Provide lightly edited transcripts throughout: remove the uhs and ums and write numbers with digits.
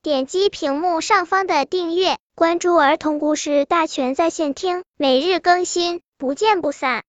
点击屏幕上方的订阅，关注儿童故事大全在线听，每日更新，不见不散。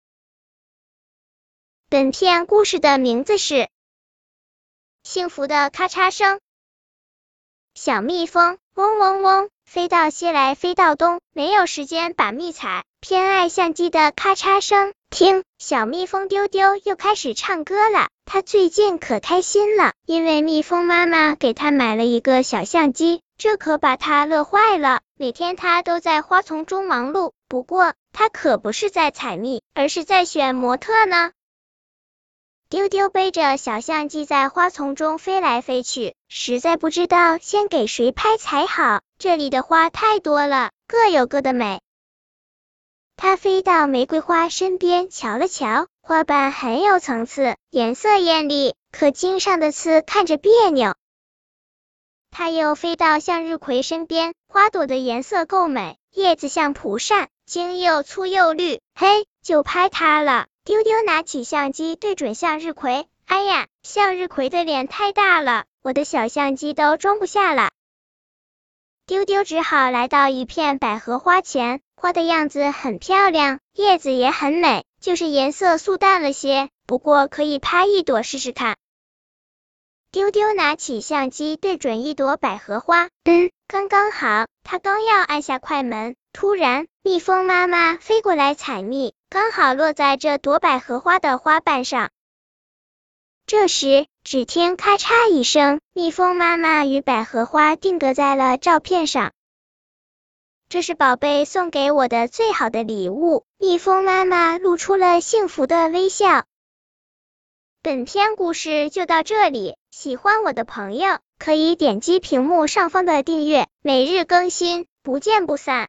本片故事的名字是《幸福的咔嚓声》。小蜜蜂嗡嗡嗡，飞到西来飞到东，没有时间把蜜采，偏爱相机的咔嚓声。听，小蜜蜂丢丢又开始唱歌了，它最近可开心了，因为蜜蜂妈妈给它买了一个小相机，这可把它乐坏了。每天它都在花丛中忙碌，不过它可不是在采蜜，而是在选模特呢。丢丢背着小相机在花丛中飞来飞去，实在不知道先给谁拍才好，这里的花太多了，各有各的美。他飞到玫瑰花身边瞧了瞧，花瓣很有层次，颜色艳丽，可茎上的刺看着别扭。他又飞到向日葵身边，花朵的颜色够美，叶子像蒲扇，茎又粗又绿，嘿，就拍它了。丢丢拿起相机对准向日葵，哎呀，向日葵的脸太大了，我的小相机都装不下了。丢丢只好来到一片百合花前，花的样子很漂亮，叶子也很美，就是颜色素淡了些，不过可以拍一朵试试看。丢丢拿起相机对准一朵百合花，刚刚好，他刚要按下快门，突然蜜蜂妈妈飞过来采蜜，刚好落在这朵百合花的花瓣上。这时只听咔嚓一声，蜜蜂妈妈与百合花定格在了照片上。这是宝贝送给我的最好的礼物，蜜蜂妈妈露出了幸福的微笑。本篇故事就到这里，喜欢我的朋友可以点击屏幕上方的订阅，每日更新，不见不散。